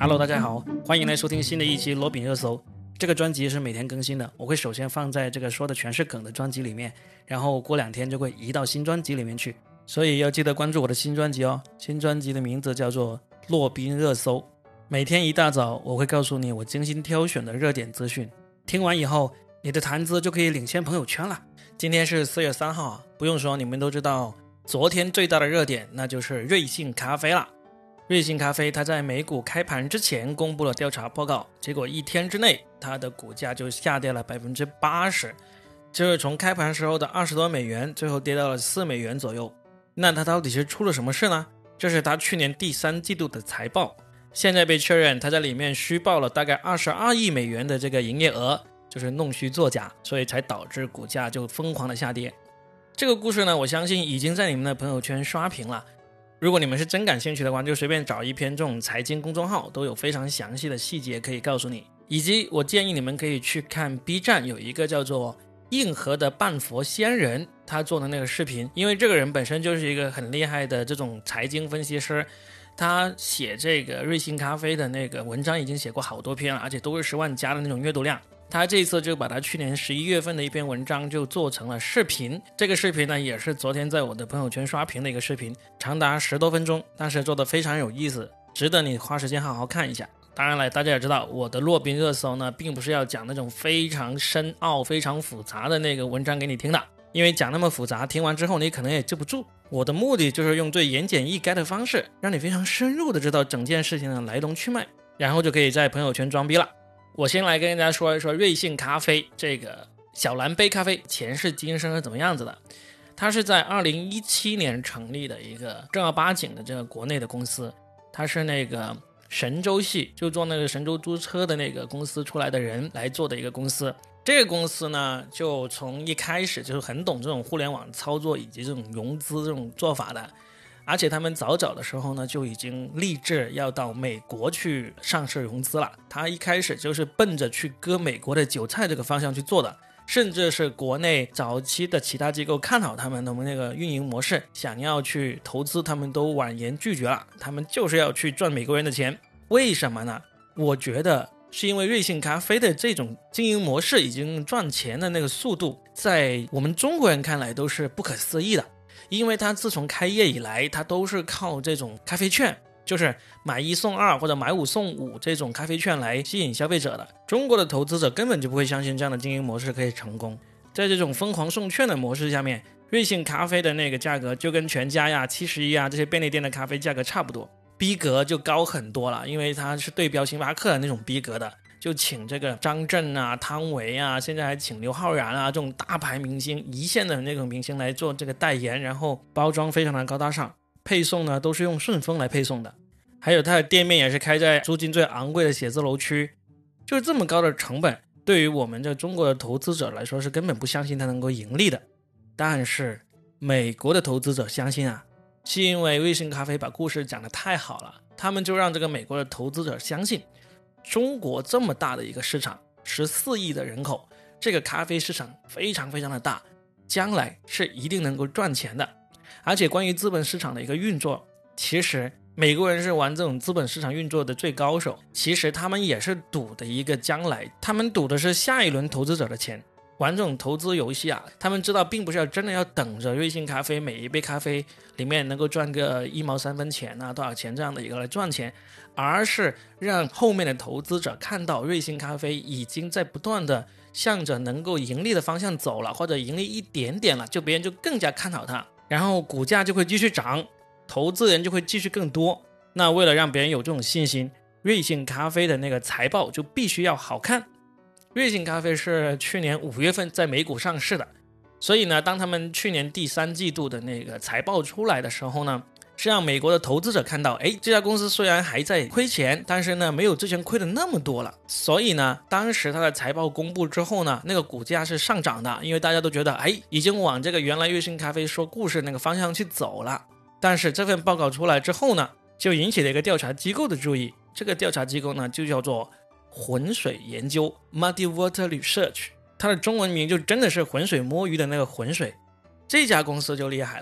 Hello， 大家好，欢迎来收听新的一期罗宾热搜。这个专辑是每天更新的，我会首先放在这个说的全是梗的专辑里面，然后过2天就会移到新专辑里面去，所以要记得关注我的新专辑哦。新专辑的名字叫做洛宾热搜，每天一大早我会告诉你我精心挑选的热点资讯，听完以后你的谈资就可以领先朋友圈了。今天是4月3号啊，不用说你们都知道，昨天最大的热点那就是瑞幸咖啡了。瑞幸咖啡它在美股开盘之前公布了调查报告，结果1天之内它的股价就下跌了 80%， 就是从开盘时候的20多美元最后跌到了4美元左右。那它到底是出了什么事呢？这是它去年第3季度的财报，现在被确认它在里面虚报了大概22亿美元的这个营业额，就是弄虚作假，所以才导致股价就疯狂的下跌。这个故事呢，我相信已经在你们的朋友圈刷屏了，如果你们是真感兴趣的话，就随便找一篇这种财经公众号，都有非常详细的细节可以告诉你。以及我建议你们可以去看 B 站有一个叫做硬核的半佛仙人他做的那个视频，因为这个人本身就是一个很厉害的这种财经分析师，他写这个瑞幸咖啡的那个文章已经写过好多篇了，而且都是10万加的那种阅读量。他这次就把他去年11月份的一篇文章就做成了视频，这个视频呢也是昨天在我的朋友圈刷屏的一个视频，长达10多分钟，但是做得非常有意思，值得你花时间好好看一下。当然了，大家也知道我的洛宾热搜呢并不是要讲那种非常深奥非常复杂的那个文章给你听的，因为讲那么复杂听完之后你可能也记不住，我的目的就是用最言简意赅的方式让你非常深入的知道整件事情的来龙去脉，然后就可以在朋友圈装逼了。我先来跟大家说一说瑞幸咖啡这个小蓝杯咖啡前世今生是怎么样子的。它是在2017年成立的一个正儿八经的这个国内的公司，它是那个神州系，就做那个神州租车的那个公司出来的人来做的一个公司。这个公司呢，就从一开始就是很懂这种互联网操作以及这种融资这种做法的，而且他们早的时候呢就已经立志要到美国去上市融资了，他一开始就是奔着去割美国的韭菜这个方向去做的，甚至是国内早期的其他机构看好他们的那个运营模式，想要去投资他们都婉言拒绝了，他们就是要去赚美国人的钱。为什么呢？我觉得是因为瑞幸咖啡的这种经营模式已经赚钱的那个速度，在我们中国人看来都是不可思议的。因为他自从开业以来，他都是靠这种咖啡券，就是买1送2或者买5送5这种咖啡券来吸引消费者的。中国的投资者根本就不会相信这样的经营模式可以成功。在这种疯狂送券的模式下面，瑞幸咖啡的那个价格就跟全家呀、71啊这些便利店的咖啡价格差不多，逼格就高很多了，因为它是对标星巴克的那种逼格的。就请这个张震啊、汤唯啊，现在还请刘昊然啊，这种大牌明星、一线的那种明星来做这个代言，然后包装非常的高大上，配送呢都是用顺丰来配送的，还有它的店面也是开在租金最昂贵的写字楼区，就是这么高的成本，对于我们这中国的投资者来说是根本不相信它能够盈利的。但是美国的投资者相信啊，是因为瑞幸咖啡把故事讲得太好了，他们就让这个美国的投资者相信中国这么大的一个市场，14亿的人口，这个咖啡市场非常非常的大，将来是一定能够赚钱的。而且关于资本市场的一个运作，其实美国人是玩这种资本市场运作的最高手，其实他们也是赌的一个将来，他们赌的是下一轮投资者的钱。玩这种投资游戏啊，他们知道并不是要真的要等着瑞幸咖啡每一杯咖啡里面能够赚个1毛3分钱啊多少钱这样的一个来赚钱，而是让后面的投资者看到瑞幸咖啡已经在不断的向着能够盈利的方向走了，或者盈利一点点了，就别人就更加看好它，然后股价就会继续涨，投资人就会继续更多。那为了让别人有这种信心，瑞幸咖啡的那个财报就必须要好看。瑞幸咖啡是去年5月份在美股上市的，所以呢，当他们去年第3季度的那个财报出来的时候呢，是让美国的投资者看到，这家公司虽然还在亏钱，但是呢，没有之前亏的那么多了。所以呢，当时它的财报公布之后呢，那个股价是上涨的，因为大家都觉得，已经往这个原来瑞幸咖啡说故事那个方向去走了。但是这份报告出来之后呢，就引起了一个调查机构的注意，这个调查机构呢，就叫做浑水研究 Muddy Water Research， 它的中文名就真的是浑水摸鱼的那个浑水。这家公司就厉害了，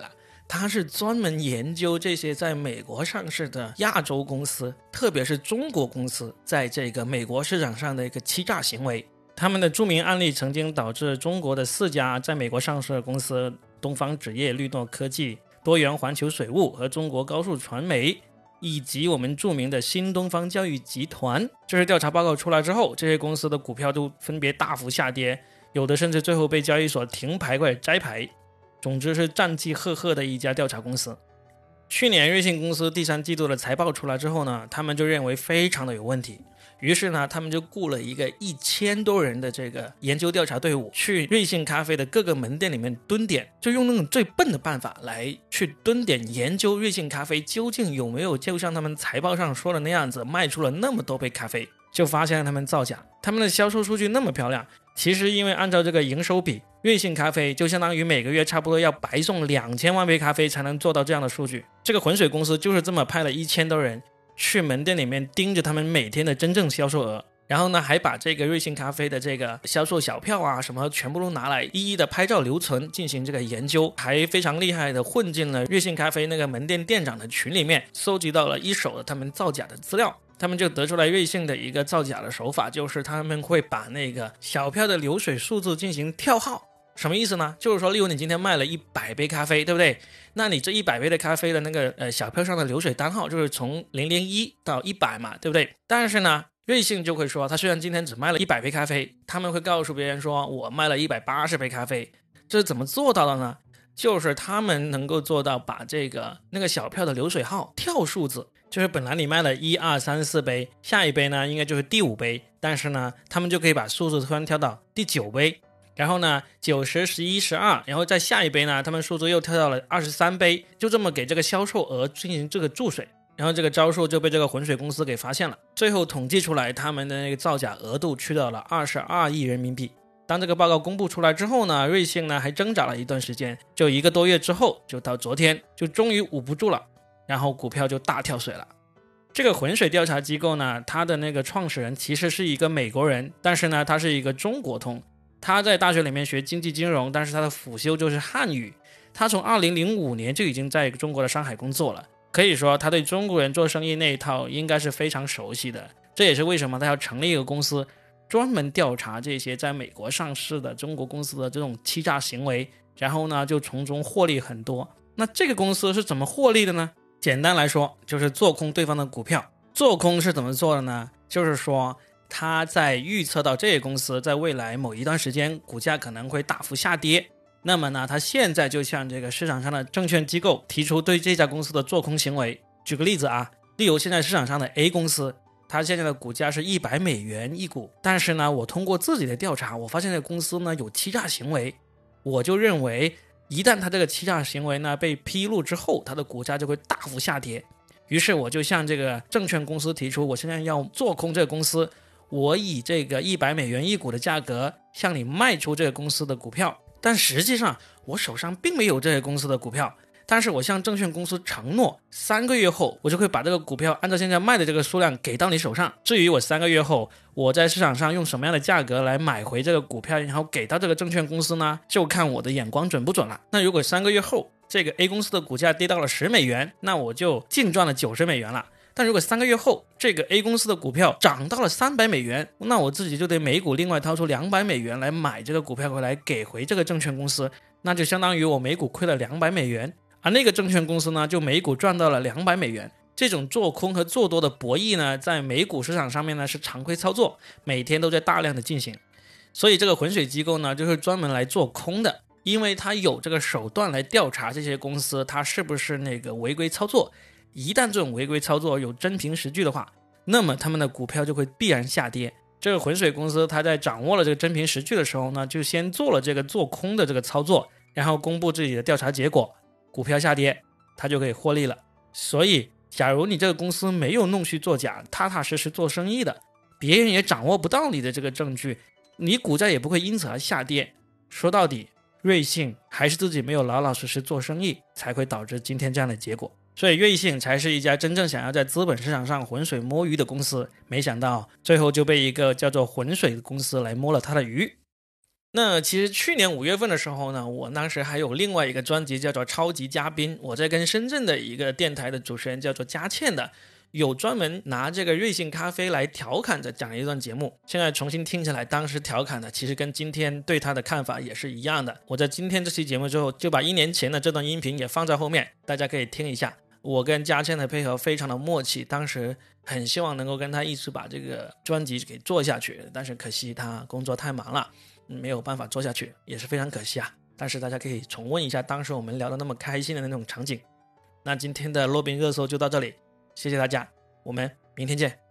它是专门研究这些在美国上市的亚洲公司，特别是中国公司在这个美国市场上的一个欺诈行为。他们的著名案例曾经导致中国的4家在美国上市的公司，东方纸业、绿诺科技、多元环球水务和中国高速传媒，以及我们著名的新东方教育集团，就是调查报告出来之后，这些公司的股票都分别大幅下跌，有的甚至最后被交易所停牌或者摘牌。总之是战绩赫赫的一家调查公司。去年瑞信公司第3季度的财报出来之后呢，他们就认为非常的有问题，于是呢，他们就雇了一个1000多人的这个研究调查队伍，去瑞幸咖啡的各个门店里面蹲点，就用那种最笨的办法来去蹲点研究瑞幸咖啡究竟有没有就像他们财报上说的那样子卖出了那么多杯咖啡，就发现了他们造假。他们的销售数据那么漂亮，其实因为按照这个营收比，瑞幸咖啡就相当于每个月差不多要白送2000万杯咖啡才能做到这样的数据。这个浑水公司就是这么派了1000多人去门店里面盯着他们每天的真正销售额，然后呢还把这个瑞幸咖啡的这个销售小票啊什么全部都拿来一一的拍照留存进行这个研究，还非常厉害的混进了瑞幸咖啡那个门店店长的群里面，搜集到了一手的他们造假的资料。他们就得出来瑞幸的一个造假的手法，就是他们会把那个小票的流水数字进行跳号。什么意思呢？就是说例如你今天卖了100杯咖啡，对不对？那你这100杯的咖啡的那个小票上的流水单号就是从001到100嘛，对不对？但是呢瑞幸就会说，他虽然今天只卖了100杯咖啡，他们会告诉别人说我卖了180杯咖啡。这是怎么做到的呢？就是他们能够做到把那个小票的流水号跳数字，就是本来你卖了1、2、3、4杯，下一杯呢应该就是第5杯，但是呢他们就可以把数字突然跳到第9杯，然后呢9、10、11、12，然后再下一杯呢他们数字又跳到了23杯，就这么给这个销售额进行这个注水。然后这个招数就被这个浑水公司给发现了，最后统计出来他们的那个造假额度去到了22亿人民币。当这个报告公布出来之后呢，瑞幸呢还挣扎了一段时间，就1个多月之后，就到昨天就终于捂不住了，然后股票就大跳水了。这个浑水调查机构呢，他的那个创始人其实是一个美国人，但是呢他是一个中国通，他在大学里面学经济金融，但是他的辅修就是汉语。他从2005年就已经在中国的上海工作了，可以说他对中国人做生意那一套应该是非常熟悉的。这也是为什么他要成立一个公司，专门调查这些在美国上市的中国公司的这种欺诈行为，然后呢就从中获利很多。那这个公司是怎么获利的呢？简单来说就是做空对方的股票。做空是怎么做的呢？就是说他在预测到这些公司在未来某一段时间股价可能会大幅下跌，那么呢他现在就向这个市场上的证券机构提出对这家公司的做空行为。举个例子啊，例如现在市场上的 A 公司，它现在的股价是100美元一股，但是呢我通过自己的调查，我发现这个公司呢有欺诈行为，我就认为一旦它这个欺诈行为呢被披露之后，它的股价就会大幅下跌。于是我就向这个证券公司提出，我现在要做空这个公司，我以这个100美元一股的价格向你卖出这个公司的股票，但实际上我手上并没有这个公司的股票，但是我向证券公司承诺3个月后我就会把这个股票按照现在卖的这个数量给到你手上，至于我3个月后我在市场上用什么样的价格来买回这个股票然后给到这个证券公司呢，就看我的眼光准不准了。那如果3个月后这个 A 公司的股价跌到了10美元，那我就净赚了90美元了。但如果3个月后这个 A 公司的股票涨到了300美元，那我自己就得每股另外掏出200美元来买这个股票回来给回这个证券公司，那就相当于我每股亏了200美元，而那个证券公司呢就每股赚到了200美元。这种做空和做多的博弈呢，在美股市场上面呢是常规操作，每天都在大量的进行。所以这个浑水机构呢就是专门来做空的，因为它有这个手段来调查这些公司它是不是那个违规操作。一旦这种违规操作有真凭实据的话，那么他们的股票就会必然下跌。这个浑水公司它在掌握了这个真凭实据的时候呢，就先做了这个做空的这个操作，然后公布自己的调查结果，股票下跌它就可以获利了。所以假如你这个公司没有弄虚作假，踏踏实实做生意的，别人也掌握不到你的这个证据，你股价也不会因此而下跌。说到底，瑞幸还是自己没有老老实实做生意，才会导致今天这样的结果。所以瑞幸才是一家真正想要在资本市场上浑水摸鱼的公司，没想到最后就被一个叫做浑水的公司来摸了他的鱼。 那其实去年5月份的时候呢，我当时还有另外一个专辑叫做超级嘉宾，我在跟深圳的一个电台的主持人叫做佳倩的，有专门拿这个瑞幸咖啡来调侃着讲一段节目。现在重新听起来，当时调侃的其实跟今天对他的看法也是一样的。我在今天这期节目之后就把1年前的这段音频也放在后面，大家可以听一下。我跟佳倩的配合非常的默契，当时很希望能够跟他一起把这个专辑给做下去，但是可惜他工作太忙了，没有办法做下去，也是非常可惜啊。但是大家可以重温一下当时我们聊得那么开心的那种场景。那今天的罗宾热搜就到这里，谢谢大家，我们明天见。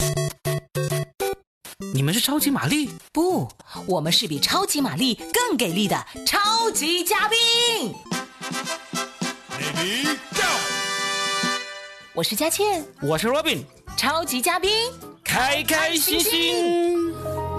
你们是超级玛丽？ 不，我们是比超级玛丽更给力的超级嘉宾。我是佳倩， 我是 Robin， 超级嘉宾， 开开心心。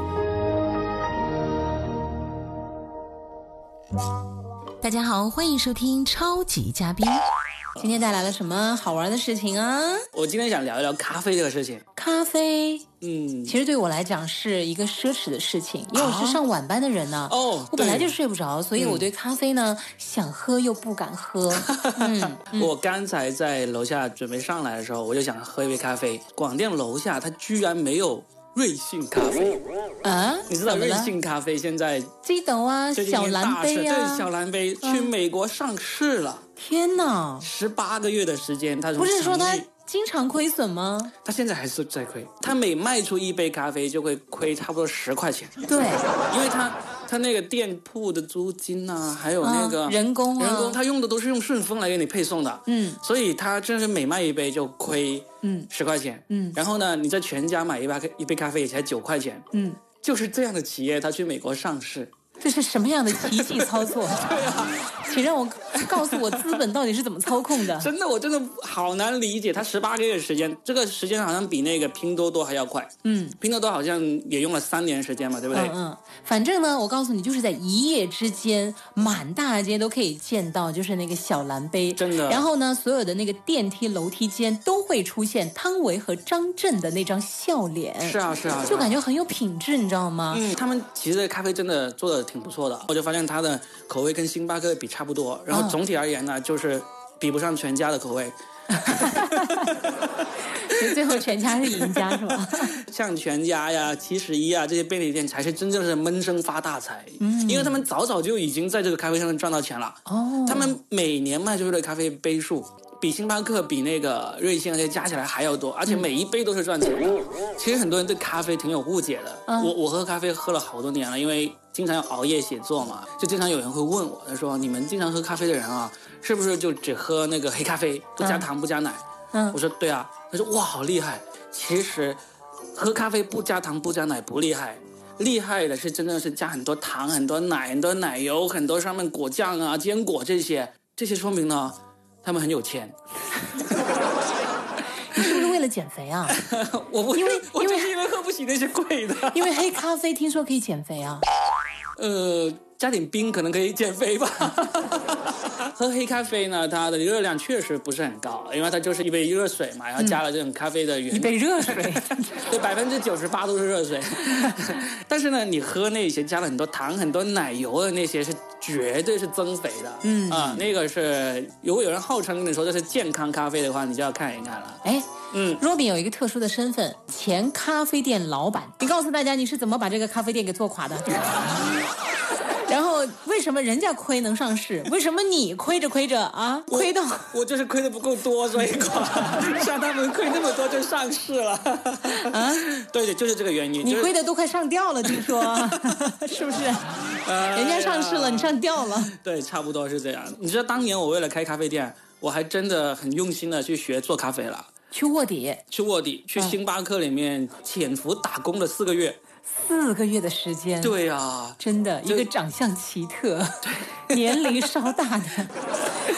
大家好，欢迎收听超级嘉宾。今天带来了什么好玩的事情啊？ 我今天想聊一聊咖啡这个事情。 咖啡，其实对我来讲是一个奢侈的事情，因为我是上晚班的人呢。我本来就睡不着，所以我对咖啡呢，想喝又不敢喝。 我刚才在楼下准备上来的时候，我就想喝一杯咖啡。广电楼下它居然没有瑞幸咖啡啊！ 你知道瑞幸咖啡现在记得啊，小蓝杯啊， 对，小蓝杯去美国上市了。 天哪 ！18个月的时间，它不是说它经常亏损吗？ 它现在还是在亏，它每卖出一杯咖啡就会亏差不多10块钱。 对， 因为它那个店铺的租金啊，还有那个人工， 它用的都是用顺丰来给你配送的。所以它真是每卖一杯就亏10块钱。然后呢，你在全家买一杯咖啡也才9块钱。就是这样的企业，它去美国上市。 这是什么样的奇迹操作？ 对啊， 请让我告诉我资本到底是怎么操控的？ 真的，我真的好难理解。它18个月的时间，这个时间好像比那个拼多多还要快。拼多多好像也用了3年时间嘛，对不对？ 反正呢，我告诉你，就是在一夜之间，满大街都可以见到，就是那个小蓝杯， 真的。 然后呢，所有的那个电梯、楼梯间都会出现汤唯和张震的那张笑脸。 是啊， 就感觉很有品质，你知道吗？ 他们其实咖啡真的做的挺不错的，我就发现它的口味跟星巴克比差不多，然后总体而言呢，就是比不上全家的口味。 最后全家是赢家是吧？ 像全家呀、71啊这些便利店才是真正是闷声发大财。因为他们早早就已经在这个咖啡上面赚到钱了。他们每年卖出去的咖啡杯数比星巴克、比那个瑞幸那些加起来还要多，而且每一杯都是赚钱的。其实很多人对咖啡挺有误解的。我喝咖啡喝了好多年了，因为经常要熬夜写作嘛，就经常有人会问我，他说：“你们经常喝咖啡的人啊，是不是就只喝那个黑咖啡，不加糖不加奶？”我说：“对啊。”他说：“哇，好厉害！”其实喝咖啡不加糖不加奶不厉害，厉害的是真正是加很多糖、很多奶、很多奶油、很多上面果酱啊、坚果这些说明呢，他们很有钱。 你是不是为了减肥啊？ 我不，我就是因为喝不起那些贵的。 因为黑咖啡听说可以减肥啊。 加点冰可能可以减肥吧。喝黑咖啡呢，它的热量确实不是很高，因为它就是一杯热水嘛，然后加了这种咖啡的原一杯热水， 对，98%都是热水。但是呢，你喝那些加了很多糖、很多奶油的那些，是绝对是增肥的。那个是如果有人号称跟你说这是健康咖啡的话，你就要看一看了。 Robin 有一个特殊的身份，前咖啡店老板。你告诉大家你是怎么把这个咖啡店给做垮的？然后为什么人家亏能上市，为什么你亏着啊？亏到我就是亏的不够多，所以垮。像他们亏那么多就上市了。对，就是这个原因。 你亏的都快上吊了，听说是不是？人家上市了，你上吊了。 对，差不多是这样。你知道当年我为了开咖啡店，我还真的很用心的去学做咖啡了。 去卧底， 去星巴克里面潜伏打工了4个月。 4个月的时间， 对啊， 真的一个长相奇特、年龄稍大的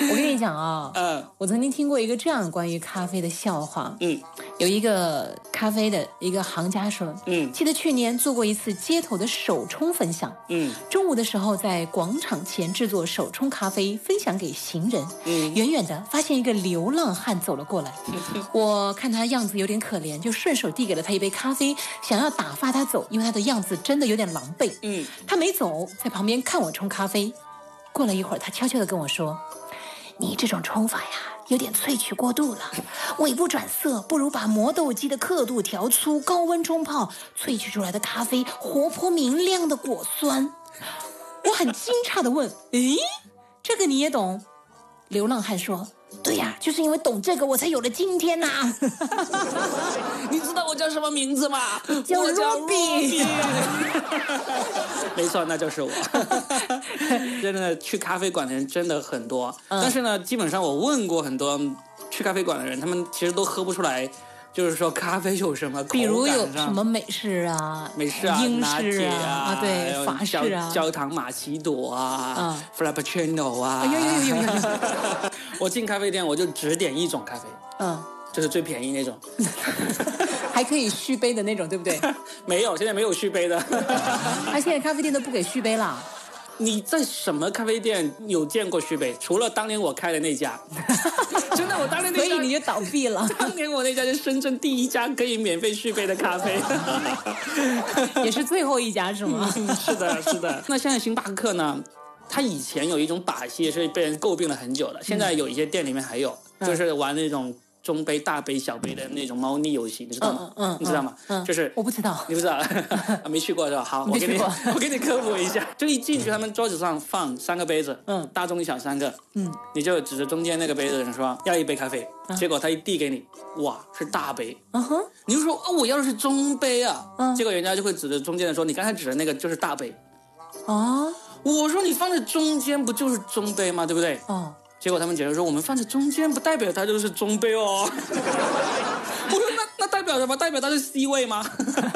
我跟你讲啊，我曾经听过一个这样关于咖啡的笑话。有一个咖啡的一个行家说，记得去年做过一次街头的手冲分享。中午的时候在广场前制作手冲咖啡，分享给行人。远远的发现一个流浪汉走了过来，我看他样子有点可怜，就顺手递给了他一杯咖啡，想要打发他走，因为他的样子真的有点狼狈。他没走，在旁边看我冲咖啡。过了一会儿，他悄悄地跟我说，你这种冲法呀有点萃取过度了，尾部转色，不如把磨豆机的刻度调粗，高温冲泡，萃取出来的咖啡活泼明亮的果酸。我很惊诧地问，诶，这个你也懂？流浪汉说，对呀，就是因为懂这个我才有了今天呐。 你知道我叫什么名字吗？ 叫我叫 Ruby。 没错，那就是我。真的，去咖啡馆的人真的很多，但是呢，基本上我问过很多去咖啡馆的人，他们其实都喝不出来，就是说咖啡有什么口感上， 比如有什么美式啊、 美式啊、 英拿铁式啊，对，法式啊、 焦糖玛奇朵啊、Frappuccino 啊。 有。 我进咖啡店我就只点一种咖啡，就是最便宜那种。 还可以续杯的那种，对不对？ 没有，现在没有续杯的。 他现在咖啡店都不给续杯了。 你在什么咖啡店有见过续杯？除了当年我开的那家。真的，我当年那家， 所以你就倒闭了。 当年我那家是深圳第一家可以免费续杯的咖啡。 也是最后一家是吗？ 是的，是的。那现在星巴克呢？它以前有一种把戏是被人诟病了很久的，现在有一些店里面还有，就是玩那种中杯、大杯、小杯的那种猫腻游戏，你知道吗？你知道吗？就是我不知道， 你不知道，没去过是吧？好，我给你科普一下，就一进去，他们桌子上放3个杯子，大中小3个，你就指着中间那个杯子的人说要一杯咖啡，结果他一递给你，哇，是大杯，你就说我要的是中杯啊，结果人家就会指着中间的说，你刚才指的那个就是大杯，我说你放在中间不就是中杯吗？对不对？结果他们解释说，我们放在中间不代表它就是中杯哦。我说那代表什么？代表它是 C 位吗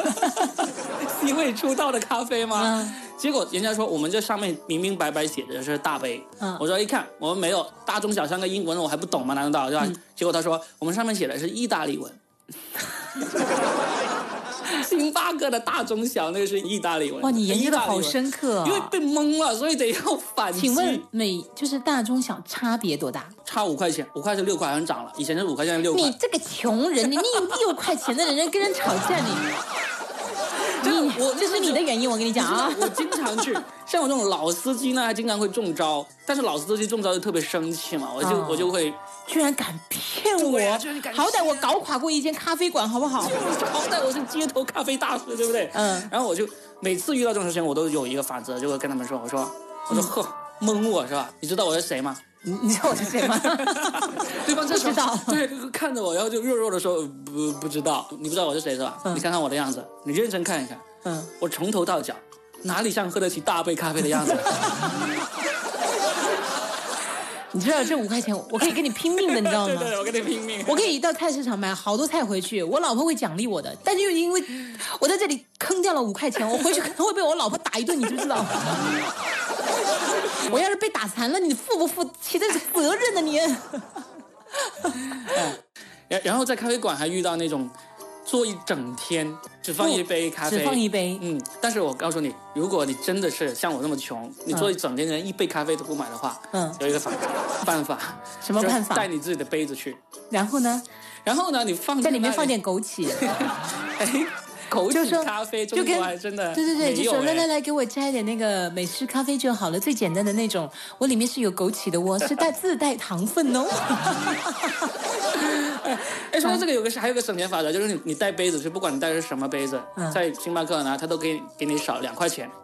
？C 位出道的咖啡吗？结果人家说我们这上面明明白白写的是大杯。我说一看我们没有大中小3个英文我还不懂吗？难道对吧？结果他说我们上面写的是意大利文。星巴克的大中小那个是意大利文。 哇，你研究的好深刻因为被蒙了，所以得要反击。 请问就是大中小差别多大？ 差5块钱，5块是6块，好像涨了。以前是5块，现在6块。 你这个穷人，你有6块钱的人跟人吵架，这是你的原因，我跟你讲啊。 我经常去，像我这种老司机呢，还经常会中招。但是老司机中招就特别生气嘛，我就会。 居然敢骗我！好歹我搞垮过一间咖啡馆，好不好？ 好歹我是街头咖啡大师，对不对？然后我就每次遇到这种事情，我都有一个法则，就会跟他们说，我说呵，蒙我是吧？你知道我是谁吗？ 你知道我是谁吗？ 对方不知道， 对，看着我，然后就弱弱的说不知道，你不知道我是谁是吧？你看看我的样子，你认真看一看，我从头到脚哪里像喝得起大杯咖啡的样子？ 你知道这5块钱我可以跟你拼命的，你知道吗？ 对，我跟你拼命。 我可以到菜市场买好多菜回去，我老婆会奖励我的。但就因为我在这里坑掉了5块钱，我回去可能会被我老婆打一顿，你知不知道？我要是被打残了，你负不负起这个责任呢？你。 然后在咖啡馆还遇到那种坐一整天只放一杯咖啡， 只放一杯。 但是我告诉你，如果你真的是像我这么穷，你坐一整天连一杯咖啡都不买的话，有一个办法。 什么办法？ 带你自己的杯子去。 然后呢， 你放在里面放点枸杞。 枸杞咖啡，中国还真的对，就说来给我加一点那个美式咖啡就好了，最简单的那种，我里面是有枸杞的哦，是自带糖分哦。 说到这个还有个省钱法则，就是你带杯子去，不管你带的是什么杯子，在星巴克呢，他都给你少2块钱。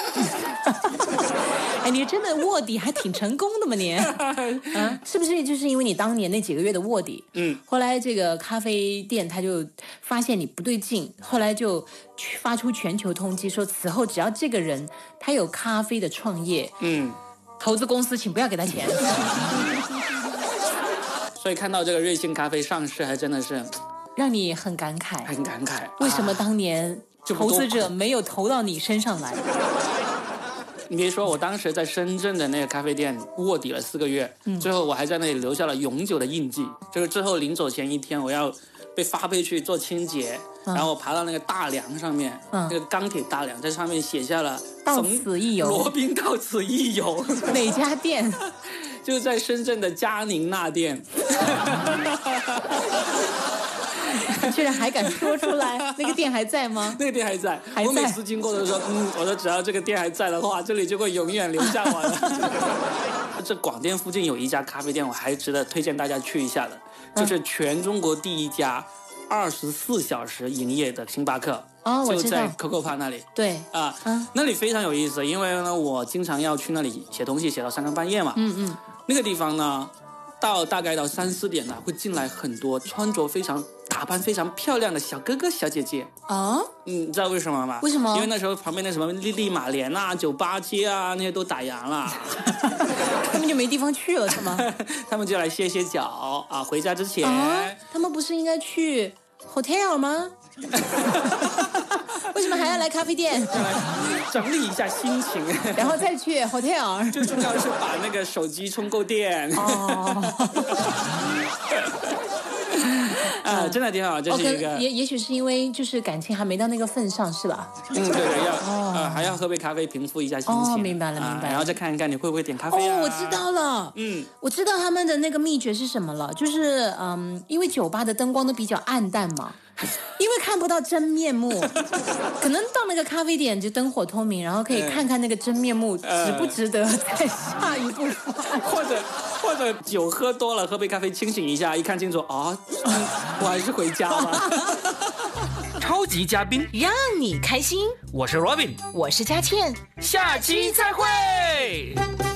哎，你真的卧底还挺成功的嘛你？是不是就是因为你当年那几个月的卧底？后来这个咖啡店他就发现你不对劲，后来就发出全球通缉，说此后只要这个人他有咖啡的创业，投资公司请不要给他钱。 所以看到这个瑞幸咖啡上市，还真的是让你很感慨， 很感慨。 为什么当年投资者没有投到你身上来？ 你别说，我当时在深圳的那个咖啡店卧底了4个月，最后我还在那里留下了永久的印记。就是最后临走前一天，我要被发配去做清洁，然后我爬到那个大梁上面，那个钢铁大梁，在上面写下了到此一游， 罗宾到此一游。 哪家店？ 就在深圳的嘉宁那店。 你居然还敢说出来？那个店还在吗？ 那个店还在， 还在。 我每次经过的时候，我说只要这个店还在的话，这里就会永远留下我的。这广电附近有一家咖啡店，我还值得推荐大家去一下的，就是全中国第一家24小时营业的星巴克。 哦，我知道， 就在 Coco Park 那里。 对啊，那里非常有意思，因为呢，我经常要去那里写东西，写到3更半夜嘛。那个地方呢，大概到3、4点呢，会进来很多穿着打扮非常漂亮的小哥哥小姐姐。 啊， 你知道为什么吗？ 为什么？ 因为那时候旁边那什么丽丽玛莲啊、酒吧街啊那些都打烊了， 他们就没地方去了是吗？ 他们就来歇歇脚啊，回家之前。 他们不是应该去 hotel 吗？为什么还要来咖啡店？ 整理一下心情， 然后再去 hotel。 最重要的是把那个手机充够电。真的挺好，这是一个。 也许是因为就是感情还没到那个份上，是吧？ 对，还要喝杯咖啡平复一下心情。 明白了。 然后再看一看你会不会点咖啡啊？ 我知道了。我知道他们的那个秘诀是什么了，就是因为酒吧的灯光都比较暗淡嘛。因为看不到真面目，可能到那个咖啡店就灯火通明，然后可以看看那个真面目值不值得在下一步或者酒喝多了，喝杯咖啡清醒一下，一看清楚我还是回家吧。 超级嘉宾让你开心， 我是 Robin， 我是佳倩， 下期再会。